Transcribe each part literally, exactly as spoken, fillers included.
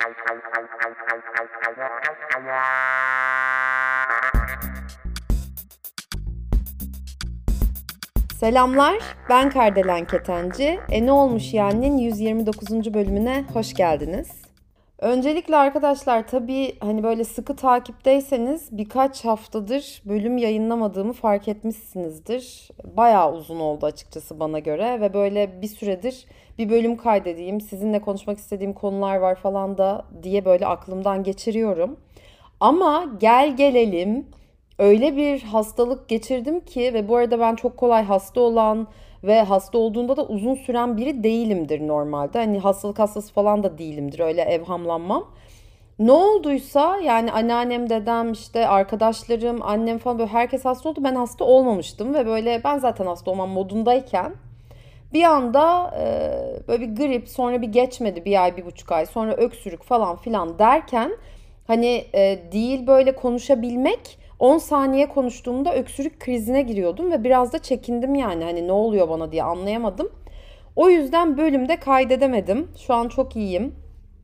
Selamlar, ben Kardelen Ketenci. E ne olmuş yani'nin yüz yirmi dokuzuncu bölümüne hoş geldiniz. Öncelikle arkadaşlar tabii hani böyle sıkı takipteyseniz birkaç haftadır bölüm yayınlamadığımı fark etmişsinizdir. Bayağı uzun oldu açıkçası bana göre ve böyle bir süredir bir bölüm kaydedeyim, sizinle konuşmak istediğim konular var falan da diye böyle aklımdan geçiriyorum. Ama gel gelelim öyle bir hastalık geçirdim ki ve bu arada ben çok kolay hasta olan ve hasta olduğunda da uzun süren biri değilimdir normalde. Hani hastalık hastası falan da değilimdir, öyle evhamlanmam. Ne olduysa yani anneannem, dedem, işte arkadaşlarım, annem falan böyle herkes hasta oldu. Ben hasta olmamıştım ve böyle ben zaten hasta olmam modundayken bir anda e, böyle bir grip, sonra bir geçmedi bir ay bir buçuk ay, sonra öksürük falan filan derken hani e, değil böyle konuşabilmek, on saniye konuştuğumda öksürük krizine giriyordum ve biraz da çekindim yani hani ne oluyor bana diye anlayamadım. O yüzden bölümde kaydedemedim. Şu an çok iyiyim.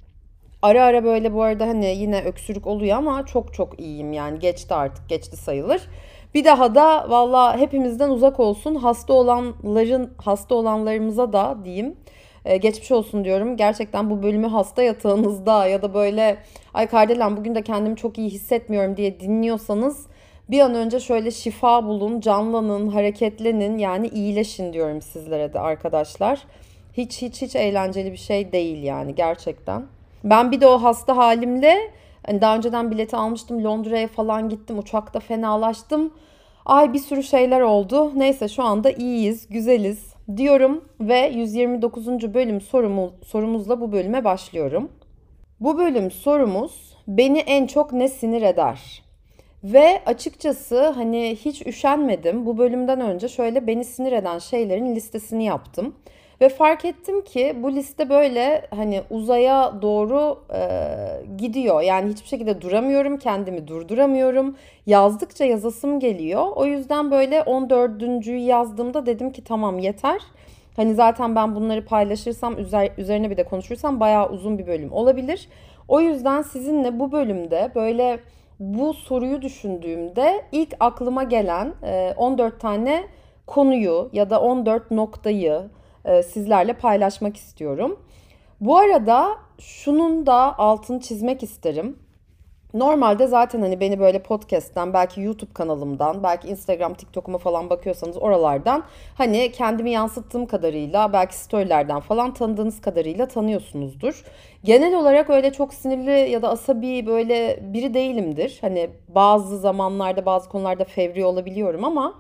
Ara ara böyle bu arada hani yine öksürük oluyor ama çok çok iyiyim yani geçti artık, geçti sayılır. Bir daha da valla hepimizden uzak olsun, hasta olanların hasta olanlarımıza da diyeyim. Ee, geçmiş olsun diyorum. Gerçekten bu bölümü hasta yatağınızda ya da böyle ay Kardelen bugün de kendimi çok iyi hissetmiyorum diye dinliyorsanız bir an önce şöyle şifa bulun, canlanın, hareketlenin, yani iyileşin diyorum sizlere de arkadaşlar. Hiç hiç hiç eğlenceli bir şey değil yani gerçekten. Ben bir de o hasta halimle hani daha önceden bileti almıştım, Londra'ya falan gittim, uçakta fenalaştım. Ay bir sürü şeyler oldu. Neyse şu anda iyiyiz, güzeliz diyorum ve yüz yirmi dokuzuncu bölüm sorumu, sorumuzla bu bölüme başlıyorum. Bu bölüm sorumuz beni en çok ne sinir eder? Ve açıkçası hani hiç üşenmedim. Bu bölümden önce şöyle beni sinir eden şeylerin listesini yaptım. Ve fark ettim ki bu liste böyle hani uzaya doğru e, gidiyor. Yani hiçbir şekilde duramıyorum, kendimi durduramıyorum. Yazdıkça yazasım geliyor. O yüzden böyle on dördüncüyü yazdığımda dedim ki tamam yeter. Hani zaten ben bunları paylaşırsam, üzerine bir de konuşursam bayağı uzun bir bölüm olabilir. O yüzden sizinle bu bölümde böyle bu soruyu düşündüğümde ilk aklıma gelen on dört tane konuyu ya da on dört noktayı sizlerle paylaşmak istiyorum. Bu arada şunun da altını çizmek isterim. Normalde zaten hani beni böyle podcast'ten, belki YouTube kanalımdan, belki Instagram, TikTok'uma falan bakıyorsanız oralardan hani kendimi yansıttığım kadarıyla, belki storylerden falan tanıdığınız kadarıyla tanıyorsunuzdur. Genel olarak öyle çok sinirli ya da asabi böyle biri değilimdir. Hani bazı zamanlarda, bazı konularda fevri olabiliyorum ama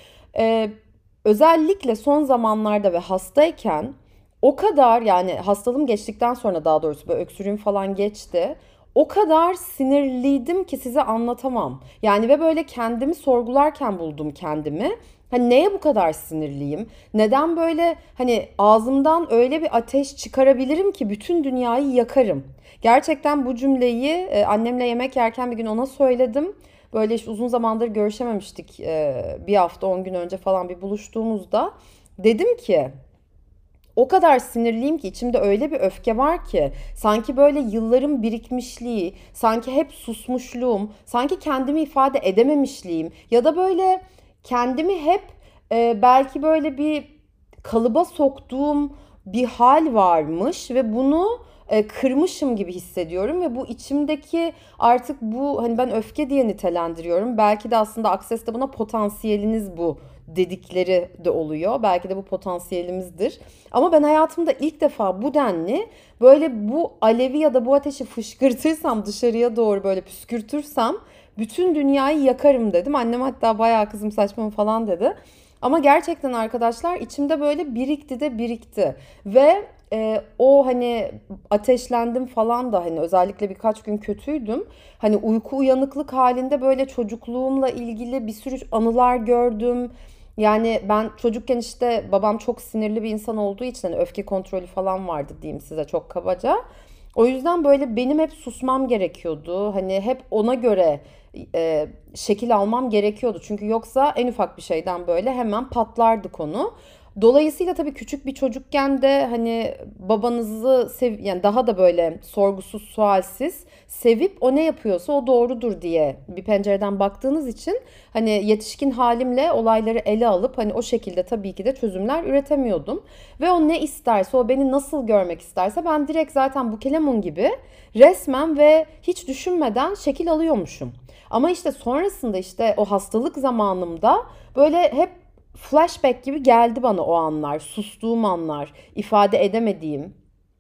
e, özellikle son zamanlarda ve hastayken o kadar, yani hastalığım geçtikten sonra daha doğrusu böyle öksürüğüm falan geçti. O kadar sinirliydim ki size anlatamam. Yani ve böyle kendimi sorgularken buldum kendimi. Hani neye bu kadar sinirliyim? Neden böyle hani ağzımdan öyle bir ateş çıkarabilirim ki bütün dünyayı yakarım? Gerçekten bu cümleyi e, annemle yemek yerken bir gün ona söyledim. Böyle işte uzun zamandır görüşememiştik. E, bir hafta on gün önce falan bir buluştuğumuzda. Dedim ki o kadar sinirliyim ki, içimde öyle bir öfke var ki, sanki böyle yılların birikmişliği, sanki hep susmuşluğum, sanki kendimi ifade edememişliğim ya da böyle kendimi hep e, belki böyle bir kalıba soktuğum bir hal varmış ve bunu e, kırmışım gibi hissediyorum ve bu içimdeki artık bu hani ben öfke diye nitelendiriyorum. Belki de aslında Access'te buna potansiyeliniz bu dedikleri de oluyor. Belki de bu potansiyelimizdir. Ama ben hayatımda ilk defa bu denli böyle bu alevi ya da bu ateşi fışkırtırsam, dışarıya doğru böyle püskürtürsem bütün dünyayı yakarım dedim. Annem hatta bayağı kızım saçma mı falan dedi. Ama gerçekten arkadaşlar içimde böyle birikti de birikti. Ve e, o hani ateşlendim falan da hani özellikle birkaç gün kötüydüm. Hani uyku uyanıklık halinde böyle çocukluğumla ilgili bir sürü anılar gördüm. Yani ben çocukken işte babam çok sinirli bir insan olduğu için hani öfke kontrolü falan vardı diyeyim size çok kabaca. O yüzden böyle benim hep susmam gerekiyordu. Hani hep ona göre e, şekil almam gerekiyordu. Çünkü yoksa en ufak bir şeyden böyle hemen patlardı konu. Dolayısıyla tabii küçük bir çocukken de hani babanızı sev yani daha da böyle sorgusuz sualsiz sevip o ne yapıyorsa o doğrudur diye bir pencereden baktığınız için hani yetişkin halimle olayları ele alıp hani o şekilde tabii ki de çözümler üretemiyordum. Ve o ne isterse, o beni nasıl görmek isterse ben direkt zaten Bukelemun gibi resmen ve hiç düşünmeden şekil alıyormuşum. Ama işte sonrasında işte o hastalık zamanımda böyle hep flashback gibi geldi bana o anlar, sustuğum anlar, ifade edemediğim.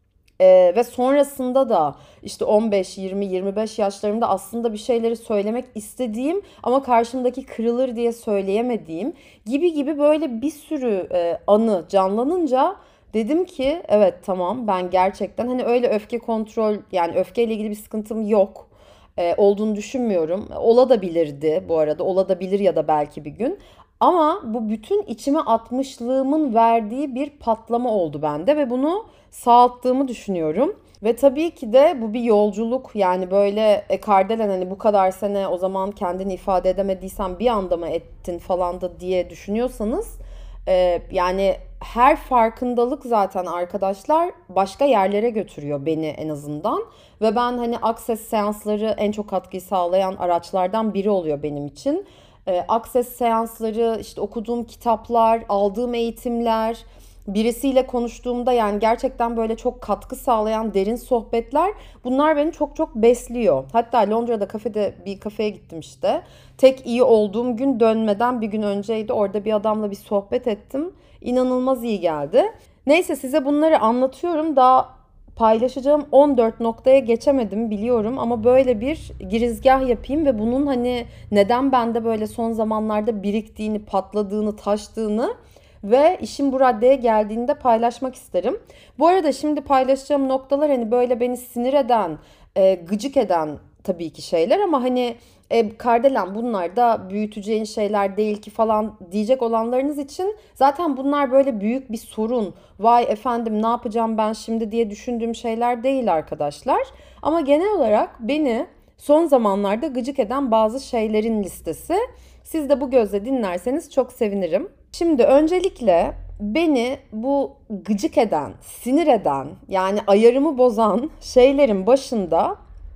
Ee, ve sonrasında da işte on beş, yirmi, yirmi beş yaşlarımda aslında bir şeyleri söylemek istediğim ama karşımdaki kırılır diye söyleyemediğim gibi gibi böyle bir sürü e, anı canlanınca dedim ki evet tamam ben gerçekten hani öyle öfke kontrol yani öfkeyle ilgili bir sıkıntım yok e, olduğunu düşünmüyorum. Ola da bilirdi bu arada, ola da bilir ya da belki bir gün. Ama bu bütün içime atmışlığımın verdiği bir patlama oldu bende ve bunu sağalttığımı düşünüyorum. Ve tabii ki de bu bir yolculuk yani böyle e, Kardelen hani bu kadar sene o zaman kendini ifade edemediysen bir anda mı ettin falan da diye düşünüyorsanız e, yani her farkındalık zaten arkadaşlar başka yerlere götürüyor beni en azından. Ve ben hani Access seansları en çok katkıyı sağlayan araçlardan biri oluyor benim için. E, Access seansları, işte okuduğum kitaplar, aldığım eğitimler, birisiyle konuştuğumda yani gerçekten böyle çok katkı sağlayan derin sohbetler bunlar beni çok çok besliyor. Hatta Londra'da kafede bir kafeye gittim işte. Tek iyi olduğum gün dönmeden bir gün önceydi. Orada bir adamla bir sohbet ettim. İnanılmaz iyi geldi. Neyse size bunları anlatıyorum. Daha paylaşacağım on dört noktaya geçemedim biliyorum ama böyle bir girizgah yapayım ve bunun hani neden bende böyle son zamanlarda biriktiğini, patladığını, taştığını ve işin bu raddeye geldiğinde paylaşmak isterim. Bu arada şimdi paylaşacağım noktalar hani böyle beni sinir eden, e, gıcık eden tabii ki şeyler ama hani e, Kardelen bunlar da büyüteceğin şeyler değil ki falan diyecek olanlarınız için zaten bunlar böyle büyük bir sorun. Vay efendim ne yapacağım ben şimdi diye düşündüğüm şeyler değil arkadaşlar. Ama genel olarak beni son zamanlarda gıcık eden bazı şeylerin listesi. Siz de bu gözle dinlerseniz çok sevinirim. Şimdi öncelikle beni bu gıcık eden, sinir eden, yani ayarımı bozan şeylerin başında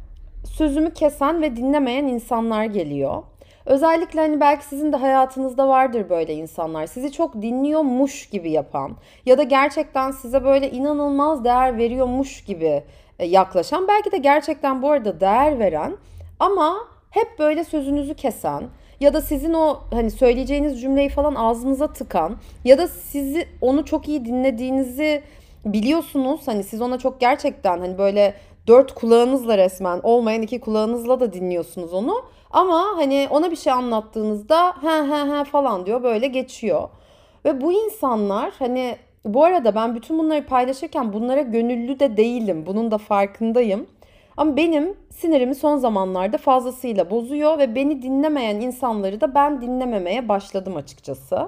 sözümü kesen ve dinlemeyen insanlar geliyor. Özellikle hani belki sizin de hayatınızda vardır böyle insanlar. Sizi çok dinliyormuş gibi yapan ya da gerçekten size böyle inanılmaz değer veriyormuş gibi e, yaklaşan, belki de gerçekten bu arada değer veren ama hep böyle sözünüzü kesen ya da sizin o hani söyleyeceğiniz cümleyi falan ağzınıza tıkan ya da sizi onu çok iyi dinlediğinizi biliyorsunuz. Hani siz ona çok gerçekten hani böyle dört kulağınızla resmen olmayan iki kulağınızla da dinliyorsunuz onu. Ama hani ona bir şey anlattığınızda he he he falan diyor böyle geçiyor. Ve bu insanlar hani bu arada ben bütün bunları paylaşırken bunlara gönüllü de değilim. Bunun da farkındayım. Ama benim sinirimi son zamanlarda fazlasıyla bozuyor ve beni dinlemeyen insanları da ben dinlememeye başladım açıkçası.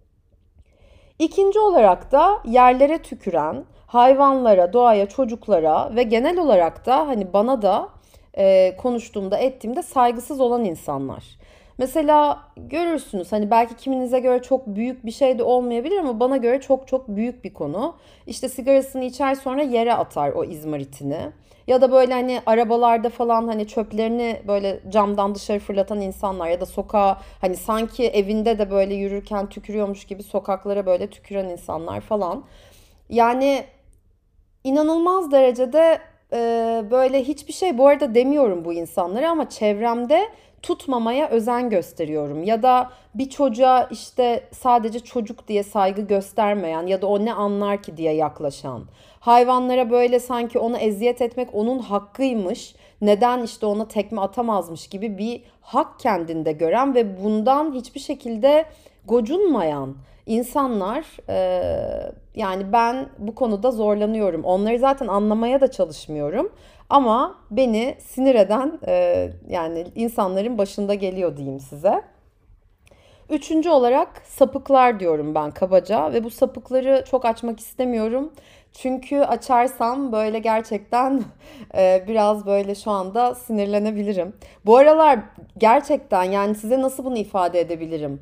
İkinci olarak da yerlere tüküren, hayvanlara, doğaya, çocuklara ve genel olarak da hani bana da e, konuştuğumda, ettiğimde saygısız olan insanlar. Mesela görürsünüz hani belki kiminize göre çok büyük bir şey de olmayabilir ama bana göre çok çok büyük bir konu. İşte sigarasını içer sonra yere atar o izmaritini. Ya da böyle hani arabalarda falan hani çöplerini böyle camdan dışarı fırlatan insanlar ya da sokağa hani sanki evinde de böyle yürürken tükürüyormuş gibi sokaklara böyle tüküren insanlar falan. Yani inanılmaz derecede e, böyle hiçbir şey bu arada demiyorum bu insanlara ama çevremde tutmamaya özen gösteriyorum. Ya da bir çocuğa işte sadece çocuk diye saygı göstermeyen ya da o ne anlar ki diye yaklaşan. Hayvanlara böyle sanki ona eziyet etmek onun hakkıymış. Neden işte ona tekme atamazmış gibi bir hak kendinde gören ve bundan hiçbir şekilde gocunmayan insanlar e, yani ben bu konuda zorlanıyorum. Onları zaten anlamaya da çalışmıyorum. Ama beni sinir eden e, yani insanların başında geliyor diyeyim size. Üçüncü olarak sapıklar diyorum ben kabaca ve bu sapıkları çok açmak istemiyorum. Çünkü açarsam böyle gerçekten e, biraz böyle şu anda sinirlenebilirim. Bu aralar gerçekten yani size nasıl bunu ifade edebilirim?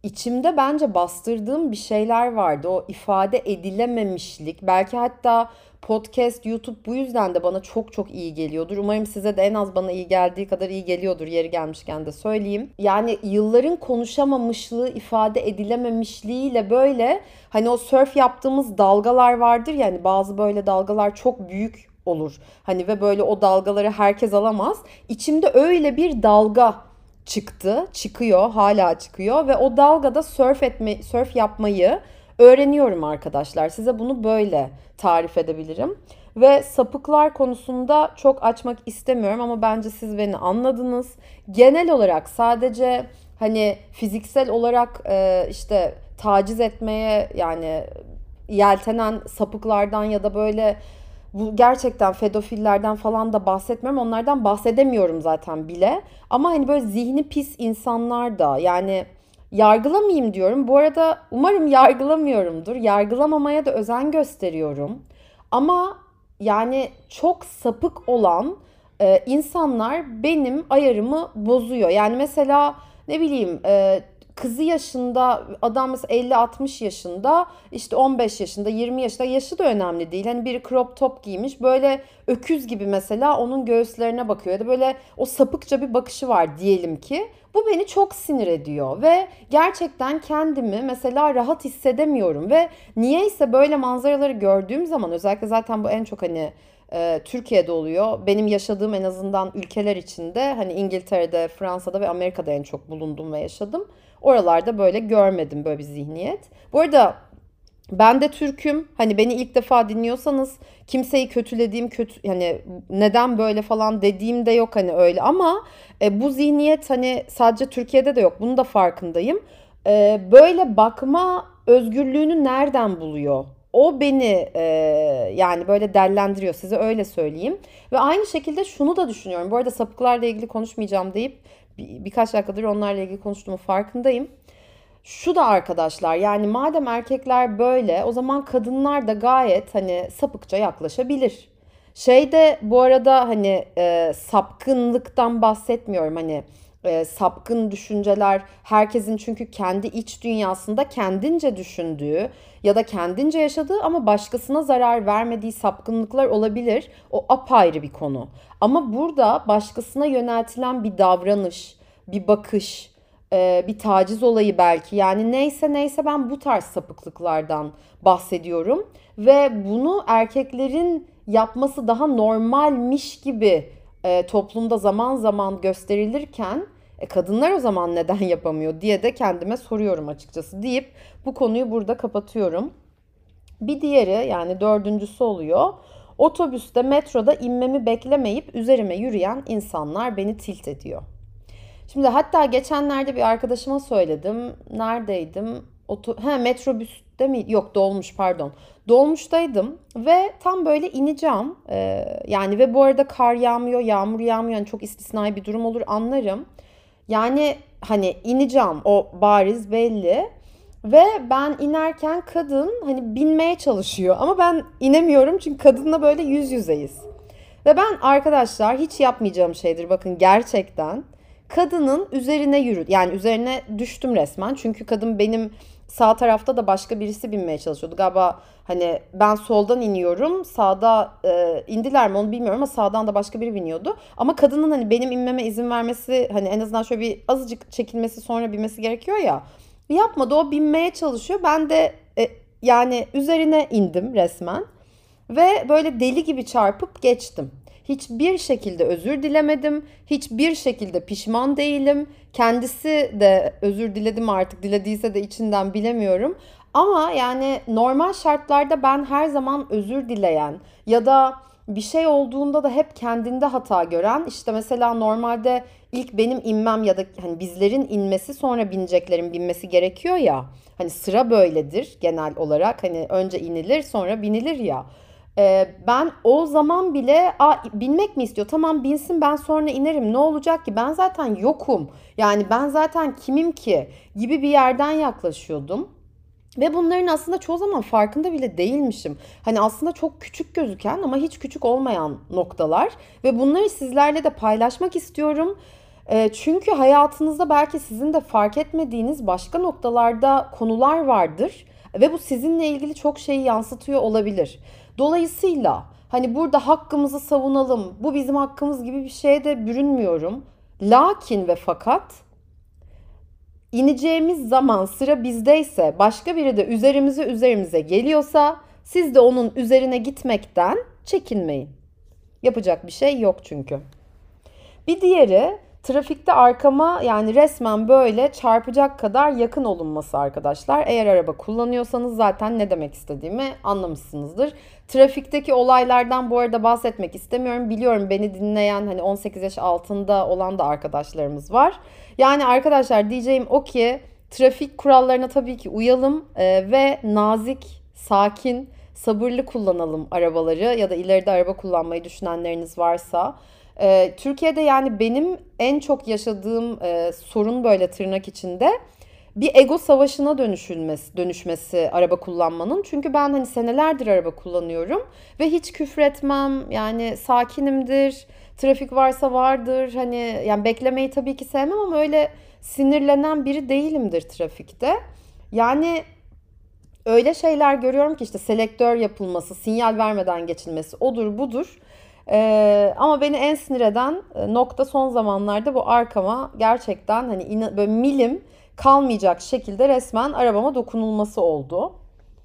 içimde bence bastırdığım bir şeyler vardı. O ifade edilememişlik. Belki hatta podcast, YouTube bu yüzden de bana çok çok iyi geliyordur. Umarım size de en az bana iyi geldiği kadar iyi geliyordur, yeri gelmişken de söyleyeyim. Yani yılların konuşamamışlığı, ifade edilememişliğiyle böyle hani o surf yaptığımız dalgalar vardır ya, hani bazı böyle dalgalar çok büyük olur. Hani ve böyle o dalgaları herkes alamaz. İçimde öyle bir dalga çıktı, çıkıyor, hala çıkıyor ve o dalgada surf etme, surf yapmayı öğreniyorum arkadaşlar. Size bunu böyle tarif edebilirim. Ve sapıklar konusunda çok açmak istemiyorum ama bence siz beni anladınız. Genel olarak sadece hani fiziksel olarak e, işte taciz etmeye yani yeltenen sapıklardan ya da böyle bu gerçekten fedofillerden falan da bahsetmiyorum. Onlardan bahsedemiyorum zaten bile. Ama hani böyle zihni pis insanlar da, yani yargılamayayım diyorum. Bu arada umarım yargılamıyorumdur. Yargılamamaya da özen gösteriyorum. Ama yani çok sapık olan e, insanlar benim ayarımı bozuyor. Yani mesela ne bileyim e, kızı yaşında adam mesela elli altmış yaşında, işte on beş yaşında, yirmi yaşında, yaşı da önemli değil. Hani biri crop top giymiş böyle öküz gibi mesela onun göğüslerine bakıyor ya da böyle o sapıkça bir bakışı var diyelim ki. Bu beni çok sinir ediyor ve gerçekten kendimi mesela rahat hissedemiyorum ve niyeyse böyle manzaraları gördüğüm zaman, özellikle zaten bu en çok hani e, Türkiye'de oluyor. Benim yaşadığım en azından ülkeler içinde, hani İngiltere'de, Fransa'da ve Amerika'da en çok bulundum ve yaşadım. Oralarda böyle görmedim böyle bir zihniyet. Bu arada ben de Türk'üm. Hani beni ilk defa dinliyorsanız kimseyi kötülediğim, kötü yani neden böyle falan dediğim de yok hani öyle, ama e, bu zihniyet hani sadece Türkiye'de de yok. Bunun da farkındayım. E, böyle bakma özgürlüğünü nereden buluyor? O beni e, yani böyle dellendiriyor, size öyle söyleyeyim. Ve aynı şekilde şunu da düşünüyorum. Bu arada sapıklarla ilgili konuşmayacağım deyip bir, birkaç dakikadır onlarla ilgili konuştuğumu farkındayım. Şu da arkadaşlar, yani madem erkekler böyle, o zaman kadınlar da gayet hani sapıkça yaklaşabilir. Şeyde bu arada hani e, sapkınlıktan bahsetmiyorum, hani e, sapkın düşünceler herkesin çünkü kendi iç dünyasında kendince düşündüğü ya da kendince yaşadığı ama başkasına zarar vermediği sapkınlıklar olabilir. O apayrı bir konu. Ama burada başkasına yöneltilen bir davranış, bir bakış, e, bir taciz olayı belki. Yani neyse neyse ben bu tarz sapıklıklardan bahsediyorum. Ve bunu erkeklerin yapması daha normalmiş gibi e, toplumda zaman zaman gösterilirken e, kadınlar o zaman neden yapamıyor diye de kendime soruyorum açıkçası deyip bu konuyu burada kapatıyorum. Bir diğeri, yani dördüncüsü oluyor. Otobüste, metroda inmemi beklemeyip üzerime yürüyen insanlar beni tilt ediyor. Şimdi hatta geçenlerde bir arkadaşıma söyledim. Neredeydim? Oto ha, metrobüste mi? Yok, dolmuş, pardon. Dolmuştaydım ve tam böyle ineceğim. Ee, yani ve bu arada kar yağmıyor, yağmur yağmıyor. Yani çok istisnai bir durum olur, anlarım. Yani hani ineceğim, o bariz belli. Ve ben inerken kadın hani binmeye çalışıyor. Ama ben inemiyorum çünkü kadınla böyle yüz yüzeyiz. Ve ben arkadaşlar hiç yapmayacağım şeydir, bakın gerçekten. Kadının üzerine yürü, yani üzerine düştüm resmen. Çünkü kadın benim sağ tarafta da başka birisi binmeye çalışıyordu. Galiba hani ben soldan iniyorum, sağda e, indiler mi onu bilmiyorum ama sağdan da başka biri biniyordu. Ama kadının hani benim inmeme izin vermesi, hani en azından şöyle bir azıcık çekilmesi sonra binmesi gerekiyor ya. Yapmadı, o binmeye çalışıyor. Ben de e, yani üzerine indim resmen. Ve böyle deli gibi çarpıp geçtim. Hiçbir şekilde özür dilemedim. Hiçbir şekilde pişman değilim. Kendisi de özür diledim, artık dilediyse de içinden bilemiyorum. Ama yani normal şartlarda ben her zaman özür dileyen ya da bir şey olduğunda da hep kendinde hata gören, işte mesela normalde ilk benim inmem ya da hani bizlerin inmesi sonra bineceklerin binmesi gerekiyor ya. Hani sıra böyledir genel olarak, hani önce inilir sonra binilir ya. Ee, ben o zaman bile Aa, binmek mi istiyor? Tamam binsin, ben sonra inerim. Ne olacak ki? Ben zaten yokum. Yani ben zaten kimim ki? Gibi bir yerden yaklaşıyordum. Ve bunların aslında çoğu zaman farkında bile değilmişim. Hani aslında çok küçük gözüken ama hiç küçük olmayan noktalar. Ve bunları sizlerle de paylaşmak istiyorum. E, çünkü hayatınızda belki sizin de fark etmediğiniz başka noktalarda konular vardır ve bu sizinle ilgili çok şeyi yansıtıyor olabilir. Dolayısıyla hani burada hakkımızı savunalım, bu bizim hakkımız gibi bir şeye de bürünmüyorum. Lakin ve fakat ineceğimiz zaman sıra bizdeyse, başka biri de üzerimize üzerimize geliyorsa siz de onun üzerine gitmekten çekinmeyin. Yapacak bir şey yok çünkü. Bir diğeri trafikte arkama yani resmen böyle çarpacak kadar yakın olunması arkadaşlar. Eğer araba kullanıyorsanız zaten ne demek istediğimi anlamışsınızdır. Trafikteki olaylardan bu arada bahsetmek istemiyorum. Biliyorum beni dinleyen hani on sekiz yaş altında olan da arkadaşlarımız var. Yani arkadaşlar diyeceğim o ki trafik kurallarına tabii ki uyalım e, ve nazik, sakin, sabırlı kullanalım arabaları ya da ileride araba kullanmayı düşünenleriniz varsa. Ee, Türkiye'de yani benim en çok yaşadığım e, sorun böyle tırnak içinde bir ego savaşına dönüşülmesi, dönüşmesi araba kullanmanın. Çünkü ben hani senelerdir araba kullanıyorum ve hiç küfretmem yani sakinimdir. Trafik varsa vardır hani yani beklemeyi tabii ki sevmem ama öyle sinirlenen biri değilimdir trafikte. Yani öyle şeyler görüyorum ki işte selektör yapılması, sinyal vermeden geçilmesi odur budur. Ee, ama beni en sinir eden e, nokta son zamanlarda bu arkama gerçekten hani ina- böyle milim kalmayacak şekilde resmen arabama dokunulması oldu.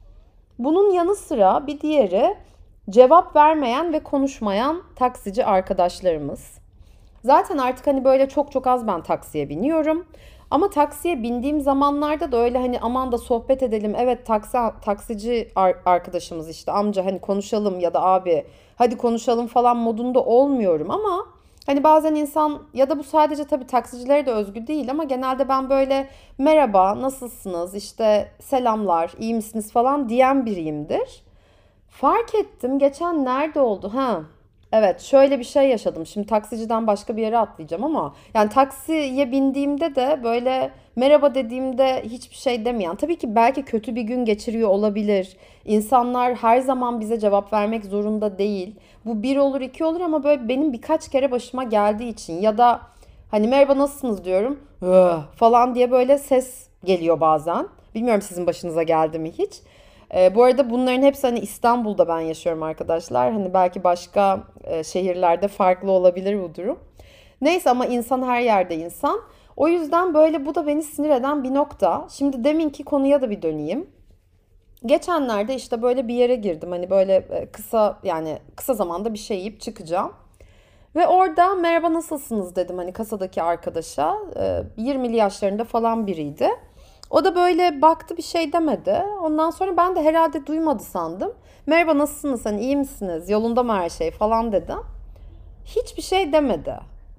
Bunun yanı sıra bir diğeri cevap vermeyen ve konuşmayan taksici arkadaşlarımız. Zaten artık hani böyle çok çok az ben taksiye biniyorum. Ama taksiye bindiğim zamanlarda da öyle hani aman da sohbet edelim. Evet taksi, taksici arkadaşımız işte amca hani konuşalım ya da abi hadi konuşalım falan modunda olmuyorum. Ama hani bazen insan ya da bu sadece tabii taksicilere de özgü değil ama genelde ben böyle merhaba nasılsınız işte selamlar iyi misiniz falan diyen biriyimdir. Fark ettim geçen nerede oldu ha? Evet şöyle bir şey yaşadım. Şimdi taksiciden başka bir yere atlayacağım ama yani taksiye bindiğimde de böyle merhaba dediğimde hiçbir şey demeyen. Tabii ki belki kötü bir gün geçiriyor olabilir. İnsanlar her zaman bize cevap vermek zorunda değil. Bu bir olur iki olur ama böyle benim birkaç kere başıma geldiği için ya da hani merhaba nasılsınız diyorum "Öh" falan diye böyle ses geliyor bazen. Bilmiyorum sizin başınıza geldi mi hiç? Ee, bu arada bunların hepsi hani İstanbul'da ben yaşıyorum arkadaşlar. Hani belki başka e, şehirlerde farklı olabilir bu durum. Neyse ama insan her yerde insan. O yüzden böyle bu da beni sinir eden bir nokta. Şimdi deminki konuya da bir döneyim. Geçenlerde işte böyle bir yere girdim. Hani böyle e, kısa yani kısa zamanda bir şey yiyip çıkacağım. Ve orada merhaba nasılsınız dedim hani kasadaki arkadaşa. Ee, yirmili yaşlarında falan biriydi. O da böyle baktı bir şey demedi. Ondan sonra ben de herhalde duymadı sandım. Merhaba nasılsınız hani iyi misiniz yolunda mı her şey falan dedim. Hiçbir şey demedi.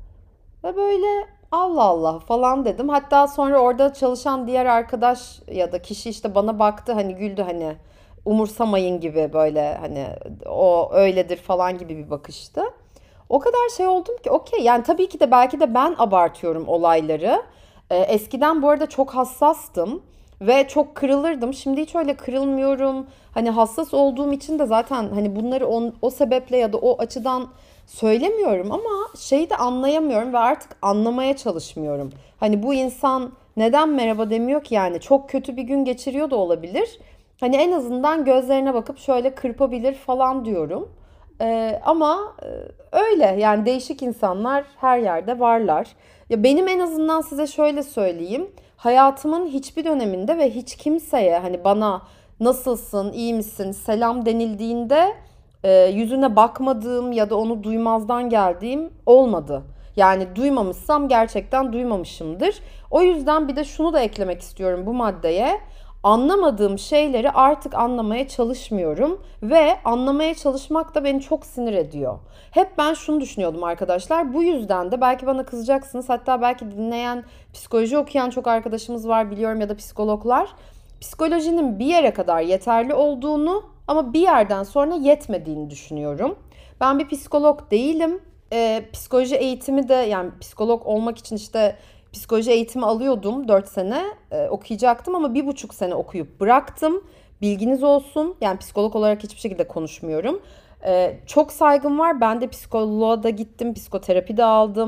Ve böyle Allah Allah falan dedim. Hatta sonra orada çalışan diğer arkadaş ya da kişi işte bana baktı hani güldü hani umursamayın gibi böyle hani o öyledir falan gibi bir bakıştı. O kadar şey oldum ki okey yani tabii ki de belki de ben abartıyorum olayları. Ee, eskiden bu arada çok hassastım ve çok kırılırdım. Şimdi hiç öyle kırılmıyorum. Hani hassas olduğum için de zaten hani bunları on, o sebeple ya da o açıdan söylemiyorum ama şeyi de anlayamıyorum ve artık anlamaya çalışmıyorum. Hani bu insan neden merhaba demiyor ki yani çok kötü bir gün geçiriyor da olabilir. Hani en azından gözlerine bakıp şöyle kırpabilir falan diyorum. Ee, ama e, öyle yani değişik insanlar her yerde varlar. Ya benim en azından size şöyle söyleyeyim. Hayatımın hiçbir döneminde ve hiç kimseye hani bana nasılsın, iyi misin, selam denildiğinde e, yüzüne bakmadığım ya da onu duymazdan geldiğim olmadı. Yani duymamışsam gerçekten duymamışımdır. O yüzden bir de şunu da eklemek istiyorum bu maddeye. Anlamadığım şeyleri artık anlamaya çalışmıyorum ve anlamaya çalışmak da beni çok sinir ediyor. Hep ben şunu düşünüyordum arkadaşlar. Bu yüzden de belki bana kızacaksınız. Hatta belki dinleyen, psikoloji okuyan çok arkadaşımız var biliyorum ya da psikologlar. Psikolojinin bir yere kadar yeterli olduğunu ama bir yerden sonra yetmediğini düşünüyorum. Ben bir psikolog değilim. Ee, psikoloji eğitimi de yani psikolog olmak için işte psikoloji eğitimi alıyordum dört sene e, okuyacaktım ama bir buçuk sene okuyup bıraktım. Bilginiz olsun yani psikolog olarak hiçbir şekilde konuşmuyorum. E, çok saygım var ben de psikoloğa da gittim psikoterapi de aldım.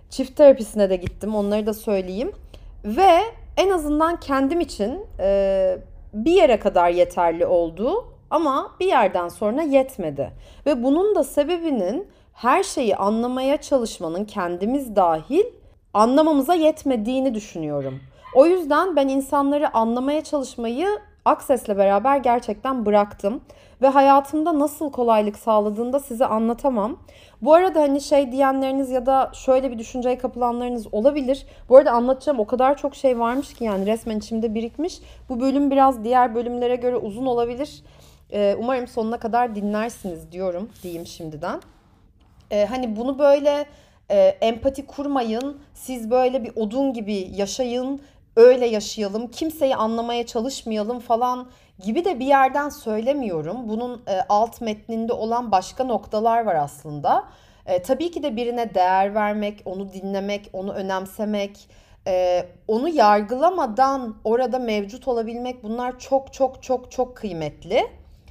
Çift terapisine de gittim, onları da söyleyeyim. Ve en azından kendim için e, bir yere kadar yeterli oldu ama bir yerden sonra yetmedi. Ve bunun da sebebinin her şeyi anlamaya çalışmanın kendimiz dahil anlamamıza yetmediğini düşünüyorum. O yüzden ben insanları anlamaya çalışmayı Access'le beraber gerçekten bıraktım. Ve hayatımda nasıl kolaylık sağladığını da size anlatamam. Bu arada hani şey diyenleriniz ya da şöyle bir düşünceye kapılanlarınız olabilir. Bu arada anlatacağım o kadar çok şey varmış ki yani resmen içimde birikmiş. Bu bölüm biraz diğer bölümlere göre uzun olabilir. Ee, umarım sonuna kadar dinlersiniz diyorum diyeyim şimdiden. Ee, hani bunu böyle e, empati kurmayın, siz böyle bir odun gibi yaşayın, öyle yaşayalım, kimseyi anlamaya çalışmayalım falan gibi de bir yerden söylemiyorum. Bunun e, alt metninde olan başka noktalar var aslında. E, tabii ki de birine değer vermek, onu dinlemek, onu önemsemek, e, onu yargılamadan orada mevcut olabilmek bunlar çok çok çok çok kıymetli.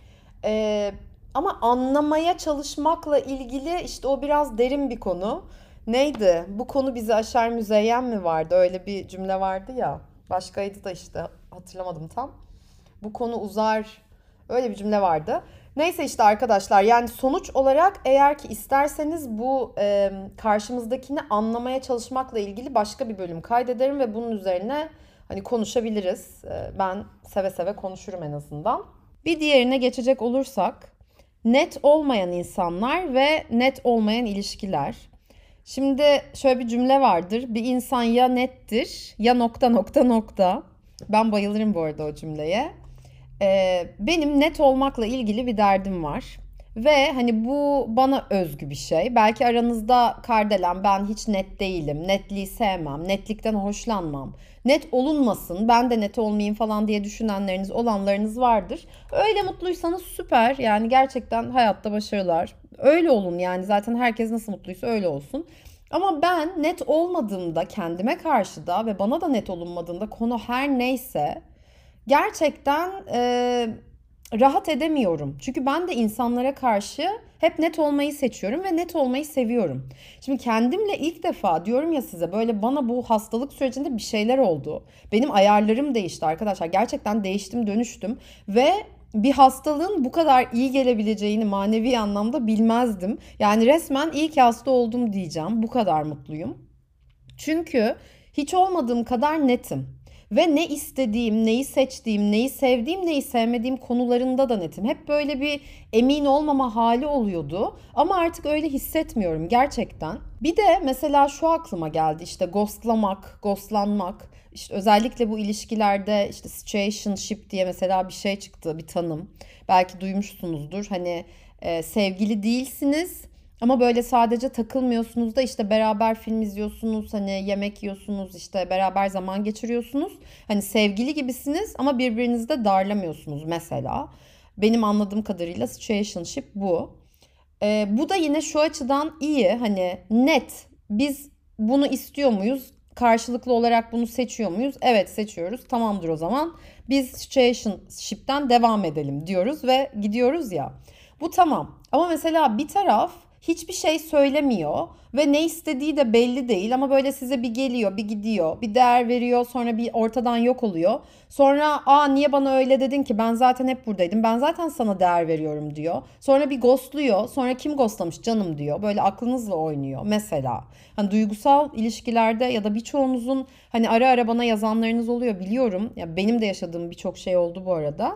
Ee, Ama anlamaya çalışmakla ilgili işte o biraz derin bir konu. Neydi? Bu konu bizi aşar Müzeyyen mi vardı? Öyle bir cümle vardı ya. Başkaydı da işte hatırlamadım tam. Bu konu uzar. Öyle bir cümle vardı. Neyse işte arkadaşlar yani sonuç olarak eğer ki isterseniz bu e, karşımızdakini anlamaya çalışmakla ilgili başka bir bölüm kaydederim ve bunun üzerine hani konuşabiliriz. E, ben seve seve konuşurum en azından. Bir diğerine geçecek olursak net olmayan insanlar ve net olmayan ilişkiler. Şimdi şöyle bir cümle vardır. Bir insan ya nettir ya nokta nokta nokta. Ben bayılırım bu arada o cümleye. Ee, benim net olmakla ilgili bir derdim var. Ve hani bu bana özgü bir şey. Belki aranızda Kardelen ben hiç net değilim, netliği sevmem, netlikten hoşlanmam. Net olunmasın, ben de net olmayayım falan diye düşünenleriniz, olanlarınız vardır. Öyle mutluysanız süper. Yani gerçekten hayatta başarılar. Öyle olun yani zaten herkes nasıl mutluysa öyle olsun. Ama ben net olmadığımda kendime karşı da ve bana da net olunmadığında konu her neyse gerçekten e, rahat edemiyorum. Çünkü ben de insanlara karşı hep net olmayı seçiyorum ve net olmayı seviyorum. Şimdi kendimle ilk defa diyorum ya size böyle bana bu hastalık sürecinde bir şeyler oldu. Benim ayarlarım değişti arkadaşlar. Gerçekten değiştim, dönüştüm ve bir hastalığın bu kadar iyi gelebileceğini manevi anlamda bilmezdim. Yani resmen iyi ki hasta oldum diyeceğim. Bu kadar mutluyum. Çünkü hiç olmadığım kadar netim. Ve ne istediğim, neyi seçtiğim, neyi sevdiğim, neyi sevmediğim konularında da netim. Hep böyle bir emin olmama hali oluyordu. Ama artık öyle hissetmiyorum gerçekten. Bir de mesela şu aklıma geldi işte ghostlamak, ghostlanmak. İşte özellikle bu ilişkilerde işte situationship diye mesela bir şey çıktı, bir tanım. Belki duymuşsunuzdur. Hani e, sevgili değilsiniz. Ama böyle sadece takılmıyorsunuz da işte beraber film izliyorsunuz, hani yemek yiyorsunuz, işte beraber zaman geçiriyorsunuz. Hani sevgili gibisiniz ama birbirinizi de darlamıyorsunuz mesela. Benim anladığım kadarıyla situationship bu. Ee, bu da yine şu açıdan iyi, hani net. Biz bunu istiyor muyuz? Karşılıklı olarak bunu seçiyor muyuz? Evet seçiyoruz. Tamamdır o zaman. Biz situationship'ten devam edelim diyoruz ve gidiyoruz ya. Bu tamam. Ama mesela bir taraf hiçbir şey söylemiyor ve ne istediği de belli değil ama böyle size bir geliyor, bir gidiyor, bir değer veriyor, sonra bir ortadan yok oluyor. Sonra aa niye bana öyle dedin ki ben zaten hep buradaydım, ben zaten sana değer veriyorum diyor. Sonra bir ghostluyor, sonra kim ghostlamış canım diyor. Böyle aklınızla oynuyor mesela. Hani duygusal ilişkilerde ya da birçoğunuzun hani ara ara bana yazanlarınız oluyor biliyorum. Ya benim de yaşadığım birçok şey oldu bu arada.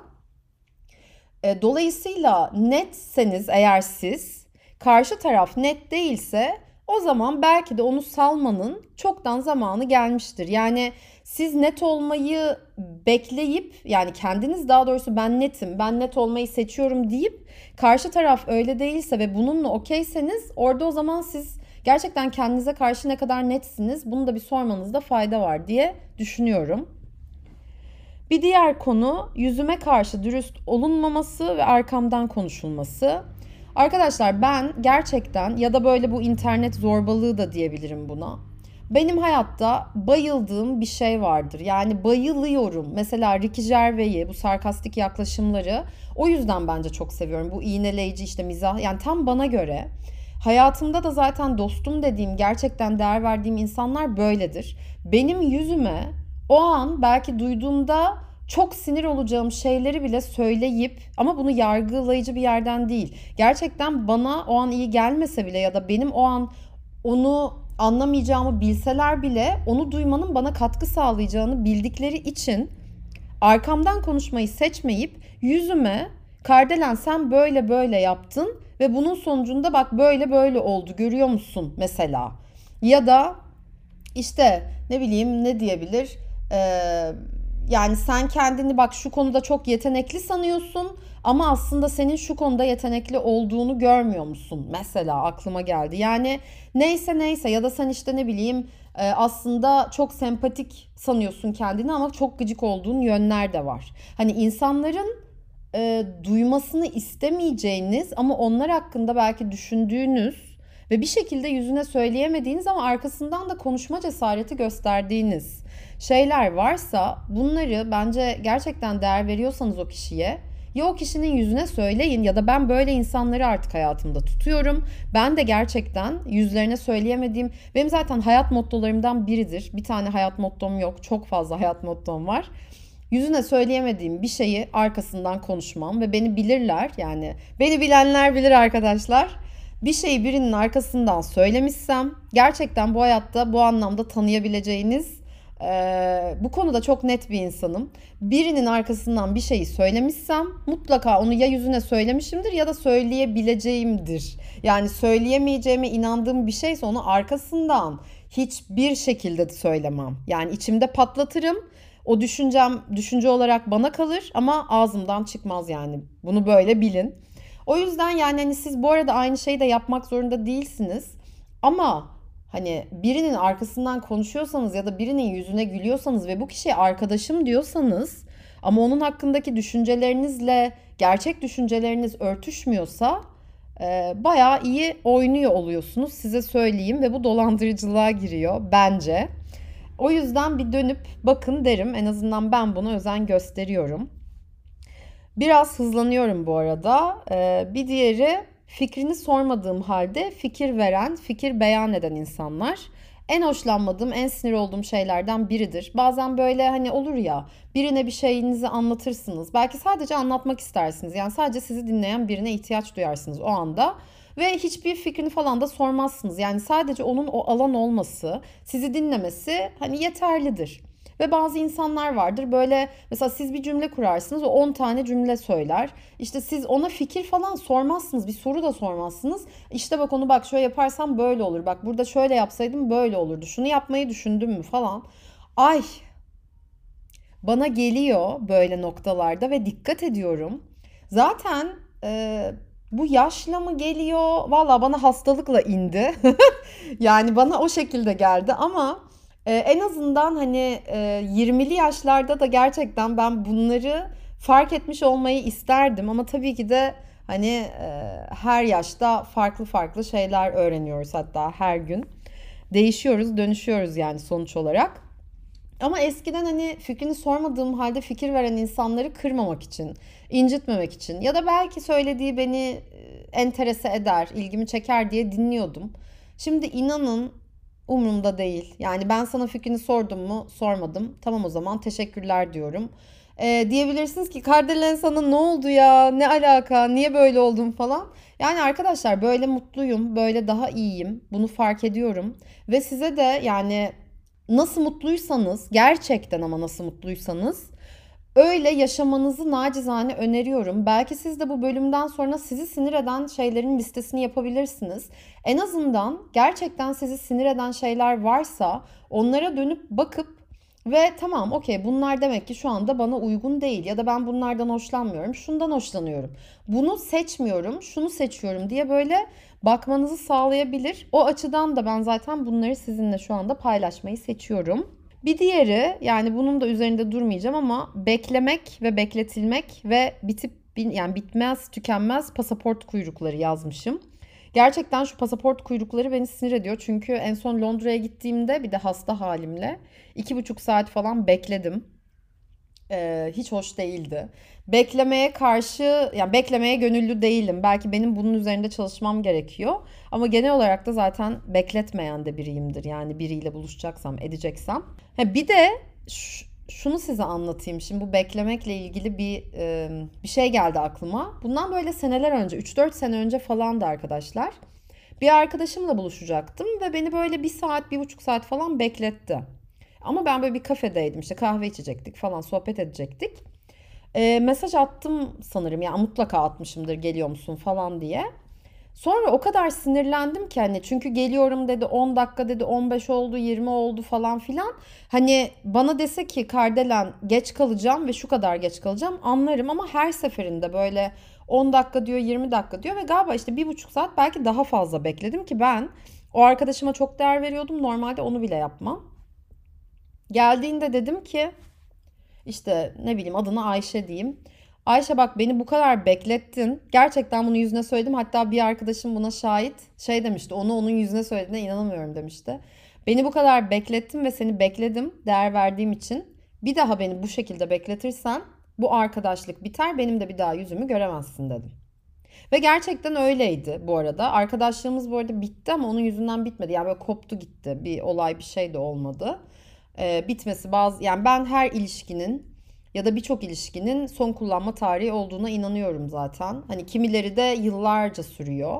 E, dolayısıyla netseniz eğer siz, karşı taraf net değilse o zaman belki de onu salmanın çoktan zamanı gelmiştir. Yani siz net olmayı bekleyip yani kendiniz daha doğrusu ben netim, ben net olmayı seçiyorum deyip karşı taraf öyle değilse ve bununla okeyseniz orada o zaman siz gerçekten kendinize karşı ne kadar netsiniz bunu da bir sormanızda fayda var diye düşünüyorum. Bir diğer konu yüzüme karşı dürüst olunmaması ve arkamdan konuşulması. Arkadaşlar ben gerçekten ya da böyle bu internet zorbalığı da diyebilirim buna. Benim hayatta bayıldığım bir şey vardır. Yani bayılıyorum. Mesela Ricky Gervais'i, bu sarkastik yaklaşımları o yüzden bence çok seviyorum. Bu iğneleyici işte mizah yani tam bana göre. Hayatımda da zaten dostum dediğim, gerçekten değer verdiğim insanlar böyledir. Benim yüzüme o an belki duyduğumda çok sinir olacağım şeyleri bile söyleyip, ama bunu yargılayıcı bir yerden değil, gerçekten bana o an iyi gelmese bile ya da benim o an onu anlamayacağımı bilseler bile onu duymanın bana katkı sağlayacağını bildikleri için arkamdan konuşmayı seçmeyip yüzüme, Kardelen sen böyle böyle yaptın ve bunun sonucunda bak böyle böyle oldu, görüyor musun mesela, ya da işte ne bileyim ne diyebilir, Ee, yani sen kendini bak şu konuda çok yetenekli sanıyorsun ama aslında senin şu konuda yetenekli olduğunu görmüyor musun mesela, aklıma geldi. Yani neyse neyse, ya da sen işte ne bileyim e, aslında çok sempatik sanıyorsun kendini ama çok gıcık olduğun yönler de var. Hani insanların e, duymasını istemeyeceğiniz ama onlar hakkında belki düşündüğünüz ve bir şekilde yüzüne söyleyemediğiniz ama arkasından da konuşma cesareti gösterdiğiniz şeyler varsa, bunları bence gerçekten değer veriyorsanız o kişiye, ya o kişinin yüzüne söyleyin ya da ben böyle insanları artık hayatımda tutuyorum. Ben de gerçekten yüzlerine söyleyemediğim, benim zaten hayat mottolarımdan biridir. Bir tane hayat mottom yok, çok fazla hayat mottom var. Yüzüne söyleyemediğim bir şeyi arkasından konuşmam ve beni bilirler, yani beni bilenler bilir arkadaşlar. Bir şeyi birinin arkasından söylemişsem, gerçekten bu hayatta bu anlamda tanıyabileceğiniz, e, bu konuda çok net bir insanım. Birinin arkasından bir şeyi söylemişsem mutlaka onu ya yüzüne söylemişimdir ya da söyleyebileceğimdir. Yani söyleyemeyeceğime inandığım bir şeyse onu arkasından hiçbir şekilde söylemem. Yani içimde patlatırım. O düşüncem düşünce olarak bana kalır ama ağzımdan çıkmaz yani. Bunu böyle bilin. O yüzden yani hani siz bu arada aynı şeyi de yapmak zorunda değilsiniz. Ama hani birinin arkasından konuşuyorsanız ya da birinin yüzüne gülüyorsanız ve bu kişiye arkadaşım diyorsanız ama onun hakkındaki düşüncelerinizle gerçek düşünceleriniz örtüşmüyorsa e, bayağı iyi oynuyor oluyorsunuz, size söyleyeyim, ve bu dolandırıcılığa giriyor bence. O yüzden bir dönüp bakın derim. En azından ben buna özen gösteriyorum. Biraz hızlanıyorum bu arada. Ee, bir diğeri, fikrini sormadığım halde fikir veren, fikir beyan eden insanlar. En hoşlanmadığım, en sinir olduğum şeylerden biridir. Bazen böyle hani olur ya, birine bir şeyinizi anlatırsınız. Belki sadece anlatmak istersiniz. Yani sadece sizi dinleyen birine ihtiyaç duyarsınız o anda. Ve hiçbir fikrini falan da sormazsınız. Yani sadece onun o alan olması, sizi dinlemesi hani yeterlidir. Ve bazı insanlar vardır böyle, mesela siz bir cümle kurarsınız, o on tane cümle söyler. İşte siz ona fikir falan sormazsınız, bir soru da sormazsınız. İşte bak onu bak şöyle yaparsam böyle olur, bak burada şöyle yapsaydım böyle olurdu, şunu yapmayı düşündün mü falan. Ay, bana geliyor böyle noktalarda ve dikkat ediyorum. Zaten e, bu yaşla mı geliyor? Valla bana hastalıkla indi. Yani bana o şekilde geldi ama e, en azından hani e, yirmili yaşlarda da gerçekten ben bunları fark etmiş olmayı isterdim. Ama tabii ki de hani e, her yaşta farklı farklı şeyler öğreniyoruz, hatta her gün. Değişiyoruz, dönüşüyoruz yani sonuç olarak. Ama eskiden hani fikrini sormadığım halde fikir veren insanları kırmamak için, incitmemek için ya da belki söylediği beni e, enterese eder, ilgimi çeker diye dinliyordum. Şimdi inanın umurumda değil. Yani ben sana fikrini sordum mu? Sormadım. Tamam, o zaman teşekkürler diyorum. Ee, diyebilirsiniz ki Kardelen sana ne oldu ya? Ne alaka? Niye böyle oldun falan? Yani arkadaşlar, böyle mutluyum, böyle daha iyiyim. Bunu fark ediyorum. Ve size de yani nasıl mutluysanız, gerçekten ama nasıl mutluysanız öyle yaşamanızı nacizane öneriyorum. Belki siz de bu bölümden sonra sizi sinir eden şeylerin listesini yapabilirsiniz. En azından gerçekten sizi sinir eden şeyler varsa onlara dönüp bakıp ve tamam, okey, bunlar demek ki şu anda bana uygun değil ya da ben bunlardan hoşlanmıyorum, şundan hoşlanıyorum. Bunu seçmiyorum, şunu seçiyorum diye böyle bakmanızı sağlayabilir. O açıdan da ben zaten bunları sizinle şu anda paylaşmayı seçiyorum. Bir diğeri, yani bunun da üzerinde durmayacağım ama beklemek ve bekletilmek ve bitip yani bitmez tükenmez pasaport kuyrukları yazmışım. Gerçekten şu pasaport kuyrukları beni sinir ediyor. Çünkü en son Londra'ya gittiğimde bir de hasta halimle iki buçuk saat falan bekledim. Ee, hiç hoş değildi. Beklemeye karşı, yani beklemeye gönüllü değilim. Belki benim bunun üzerinde çalışmam gerekiyor. Ama genel olarak da zaten bekletmeyen de biriyimdir. Yani biriyle buluşacaksam, edeceksem. Ha, bir de ş- şunu size anlatayım. Şimdi bu beklemekle ilgili bir e, bir şey geldi aklıma. Bundan böyle seneler önce, üç dört sene önce falandı arkadaşlar. Bir arkadaşımla buluşacaktım ve beni böyle bir saat, bir buçuk saat falan bekletti. Ama ben böyle bir kafedeydim, işte kahve içecektik falan, sohbet edecektik. E, mesaj attım sanırım, yani mutlaka atmışımdır geliyor musun falan diye. Sonra o kadar sinirlendim ki, hani çünkü geliyorum dedi, on dakika dedi, on beş oldu, yirmi oldu falan filan. Hani bana dese ki Kardelen geç kalacağım ve şu kadar geç kalacağım, anlarım, ama her seferinde böyle on dakika diyor, yirmi dakika diyor ve galiba işte bir buçuk saat, belki daha fazla bekledim ki ben o arkadaşıma çok değer veriyordum. Normalde onu bile yapmam. Geldiğinde dedim ki, işte ne bileyim, adına Ayşe diyeyim. Ayşe, bak beni bu kadar beklettin. Gerçekten bunu yüzüne söyledim. Hatta bir arkadaşım buna şahit. Şey demişti, onu onun yüzüne söylediğine inanamıyorum demişti. Beni bu kadar beklettin ve seni bekledim değer verdiğim için. Bir daha beni bu şekilde bekletirsen bu arkadaşlık biter, benim de bir daha yüzümü göremezsin dedim. Ve gerçekten öyleydi bu arada. Arkadaşlığımız bu arada bitti ama onun yüzünden bitmedi. Yani böyle koptu gitti. Bir olay, bir şey de olmadı. Ee, bitmesi bazı, yani ben her ilişkinin ya da birçok ilişkinin son kullanma tarihi olduğuna inanıyorum zaten. Hani kimileri de yıllarca sürüyor.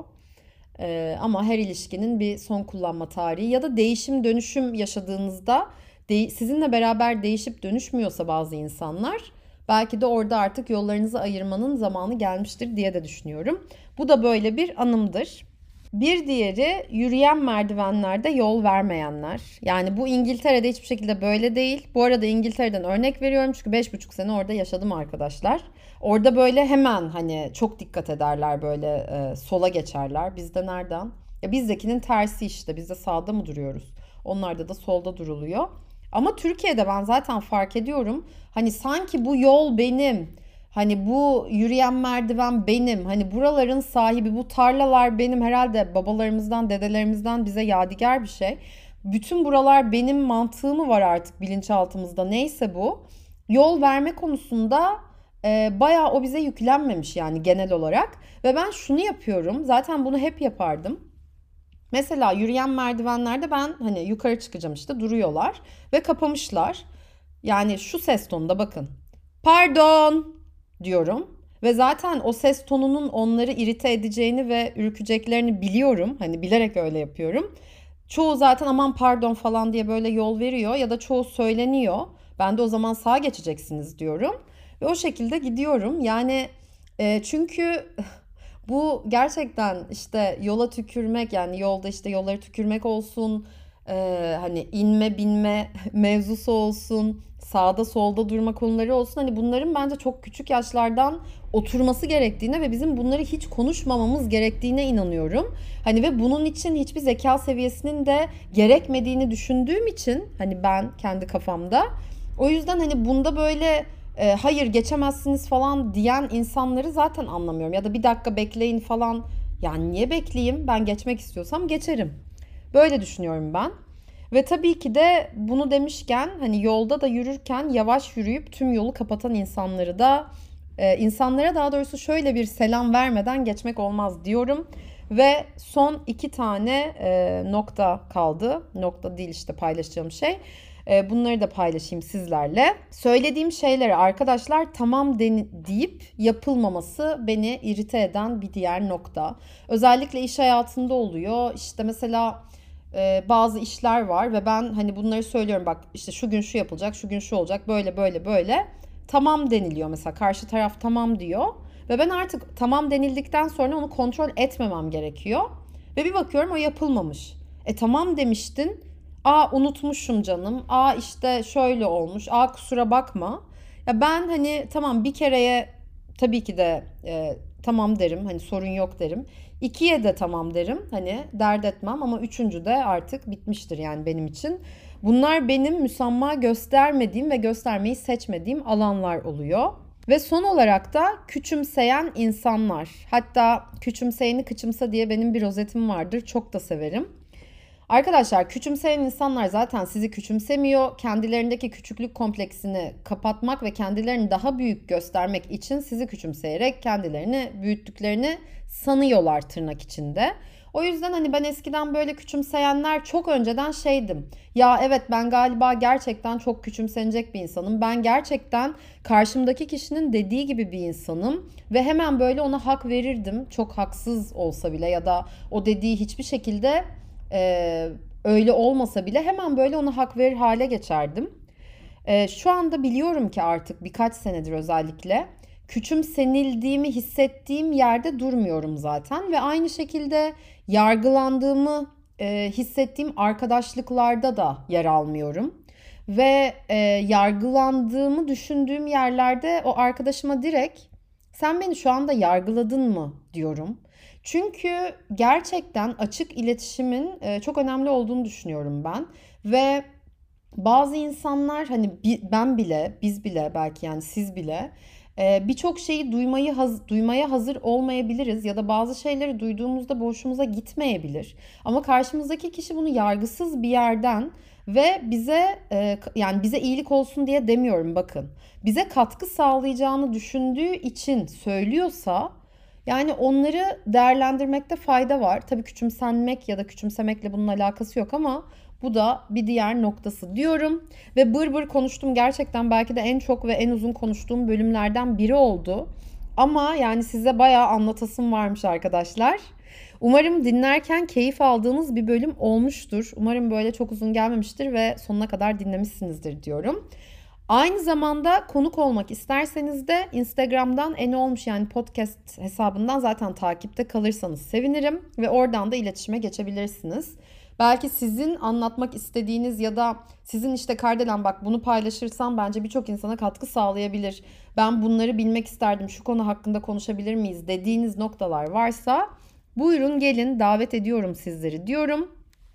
Ee, ama her ilişkinin bir son kullanma tarihi ya da değişim dönüşüm yaşadığınızda de- sizinle beraber değişip dönüşmüyorsa bazı insanlar, belki de orada artık yollarınızı ayırmanın zamanı gelmiştir diye de düşünüyorum. Bu da böyle bir anımdır. Bir diğeri, yürüyen merdivenlerde yol vermeyenler. Yani bu İngiltere'de hiçbir şekilde böyle değil. Bu arada İngiltere'den örnek veriyorum çünkü beş buçuk sene orada yaşadım arkadaşlar. Orada böyle hemen hani çok dikkat ederler, böyle e, sola geçerler. Bizde nereden? Ya bizdekinin tersi işte. Bizde sağda mı duruyoruz? Onlarda da solda duruluyor. Ama Türkiye'de ben zaten fark ediyorum. Hani sanki bu yol benim. Hani bu yürüyen merdiven benim. Hani buraların sahibi, bu tarlalar benim. Herhalde babalarımızdan, dedelerimizden bize yadigar bir şey. Bütün buralar benim mantığı mı var artık bilinçaltımızda? Neyse bu. Yol verme konusunda e, bayağı o bize yüklenmemiş yani genel olarak. Ve ben şunu yapıyorum. Zaten bunu hep yapardım. Mesela yürüyen merdivenlerde ben hani yukarı çıkacağım, işte duruyorlar ve kapamışlar. Yani şu ses tonunda bakın. Pardon diyorum. Ve zaten o ses tonunun onları irite edeceğini ve ürkeceklerini biliyorum. Hani bilerek öyle yapıyorum. Çoğu zaten aman pardon falan diye böyle yol veriyor ya da çoğu söyleniyor. Ben de o zaman sağa geçeceksiniz diyorum. Ve o şekilde gidiyorum. Yani e, çünkü bu gerçekten işte yola tükürmek, yani yolda işte yolları tükürmek olsun, e, hani inme binme mevzusu olsun, sağda solda durma konuları olsun, hani bunların bence çok küçük yaşlardan oturması gerektiğine ve bizim bunları hiç konuşmamamız gerektiğine inanıyorum. Hani ve bunun için hiçbir zeka seviyesinin de gerekmediğini düşündüğüm için, hani ben kendi kafamda, o yüzden hani bunda böyle e, hayır geçemezsiniz falan diyen insanları zaten anlamıyorum. Ya da bir dakika bekleyin falan. Yani niye bekleyeyim? Ben geçmek istiyorsam geçerim. Böyle düşünüyorum ben. Ve tabii ki de bunu demişken, hani yolda da yürürken yavaş yürüyüp tüm yolu kapatan insanları da e, insanlara daha doğrusu şöyle bir selam vermeden geçmek olmaz diyorum. Ve son iki tane e, nokta kaldı. Nokta değil işte paylaşacağım şey. E, bunları da paylaşayım sizlerle. Söylediğim şeylere arkadaşlar tamam de- deyip yapılmaması beni irite eden bir diğer nokta. Özellikle iş hayatında oluyor. İşte mesela e, bazı işler var ve ben hani bunları söylüyorum, bak işte şu gün şu yapılacak, şu gün şu olacak, böyle böyle böyle. Tamam deniliyor mesela, karşı taraf tamam diyor. Ve ben artık tamam denildikten sonra onu kontrol etmemem gerekiyor. Ve bir bakıyorum o yapılmamış. E tamam demiştin. Aa unutmuşum canım. Aa işte şöyle olmuş. Aa kusura bakma. Ya ben hani tamam bir kereye tabii ki de e, tamam derim. Hani sorun yok derim. İkiye de tamam derim. Hani dert etmem ama üçüncü de artık bitmiştir yani benim için. Bunlar benim müsamaha göstermediğim ve göstermeyi seçmediğim alanlar oluyor. Ve son olarak da küçümseyen insanlar. Hatta küçümseyeni kıçımsa diye benim bir rozetim vardır. Çok da severim. Arkadaşlar, küçümseyen insanlar zaten sizi küçümsemiyor. Kendilerindeki küçüklük kompleksini kapatmak ve kendilerini daha büyük göstermek için sizi küçümseyerek kendilerini büyüttüklerini sanıyorlar tırnak içinde. O yüzden hani ben eskiden böyle küçümseyenler çok önceden şeydim. Ya evet, ben galiba gerçekten çok küçümsenecek bir insanım. Ben gerçekten karşımdaki kişinin dediği gibi bir insanım. Ve hemen böyle ona hak verirdim. Çok haksız olsa bile ya da o dediği hiçbir şekilde e, öyle olmasa bile hemen böyle ona hak verir hale geçerdim. E, şu anda biliyorum ki artık birkaç senedir özellikle küçümsenildiğimi hissettiğim yerde durmuyorum zaten ve aynı şekilde yargılandığımı e, hissettiğim arkadaşlıklarda da yer almıyorum. Ve e, yargılandığımı düşündüğüm yerlerde o arkadaşıma direkt sen beni şu anda yargıladın mı diyorum. Çünkü gerçekten açık iletişimin e, çok önemli olduğunu düşünüyorum ben. Ve bazı insanlar hani ben bile, biz bile belki yani siz bile e, birçok şeyi duymayı haz- duymaya hazır olmayabiliriz ya da bazı şeyleri duyduğumuzda boşumuza gitmeyebilir. Ama karşımızdaki kişi bunu yargısız bir yerden ve bize e, yani bize iyilik olsun diye demiyorum, bakın. Bize katkı sağlayacağını düşündüğü için söylüyorsa yani onları değerlendirmekte fayda var. Tabii küçümsenmek ya da küçümsemekle bunun alakası yok ama bu da bir diğer noktası diyorum. Ve bır bır konuştum, gerçekten belki de en çok ve en uzun konuştuğum bölümlerden biri oldu. Ama yani size bayağı anlatasım varmış arkadaşlar. Umarım dinlerken keyif aldığınız bir bölüm olmuştur. Umarım böyle çok uzun gelmemiştir ve sonuna kadar dinlemişsinizdir diyorum. Aynı zamanda konuk olmak isterseniz de Instagram'dan en olmuş yani podcast hesabından zaten takipte kalırsanız sevinirim ve oradan da iletişime geçebilirsiniz. Belki sizin anlatmak istediğiniz ya da sizin işte Kardelen bak bunu paylaşırsam bence birçok insana katkı sağlayabilir. Ben bunları bilmek isterdim, şu konu hakkında konuşabilir miyiz dediğiniz noktalar varsa buyurun gelin, davet ediyorum sizleri diyorum.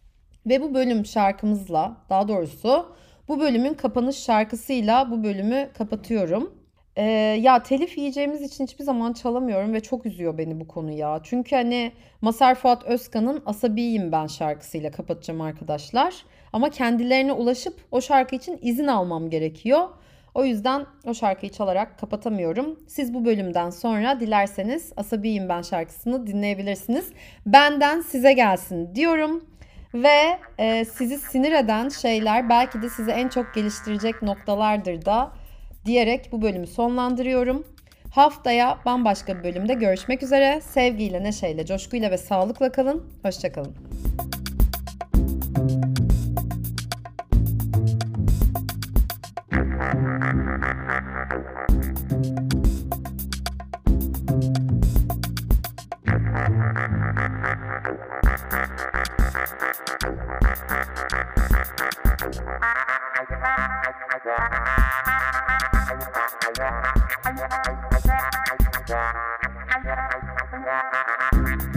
Ve bu bölüm şarkımızla, daha doğrusu bu bölümün kapanış şarkısıyla bu bölümü kapatıyorum. Ee, ya telif yiyeceğimiz için hiçbir zaman çalamıyorum ve çok üzüyor beni bu konu ya. Çünkü hani Mazhar Fuat Özkan'ın Asabiyim Ben şarkısıyla kapatacağım arkadaşlar. Ama kendilerine ulaşıp o şarkı için izin almam gerekiyor. O yüzden o şarkıyı çalarak kapatamıyorum. Siz bu bölümden sonra dilerseniz Asabiyim Ben şarkısını dinleyebilirsiniz. Benden size gelsin diyorum. Ve e, sizi sinir eden şeyler belki de sizi en çok geliştirecek noktalardır da diyerek bu bölümü sonlandırıyorum. Haftaya bambaşka bir bölümde görüşmek üzere. Sevgiyle, neşeyle, coşkuyla ve sağlıkla kalın. Hoşça kalın. Wow.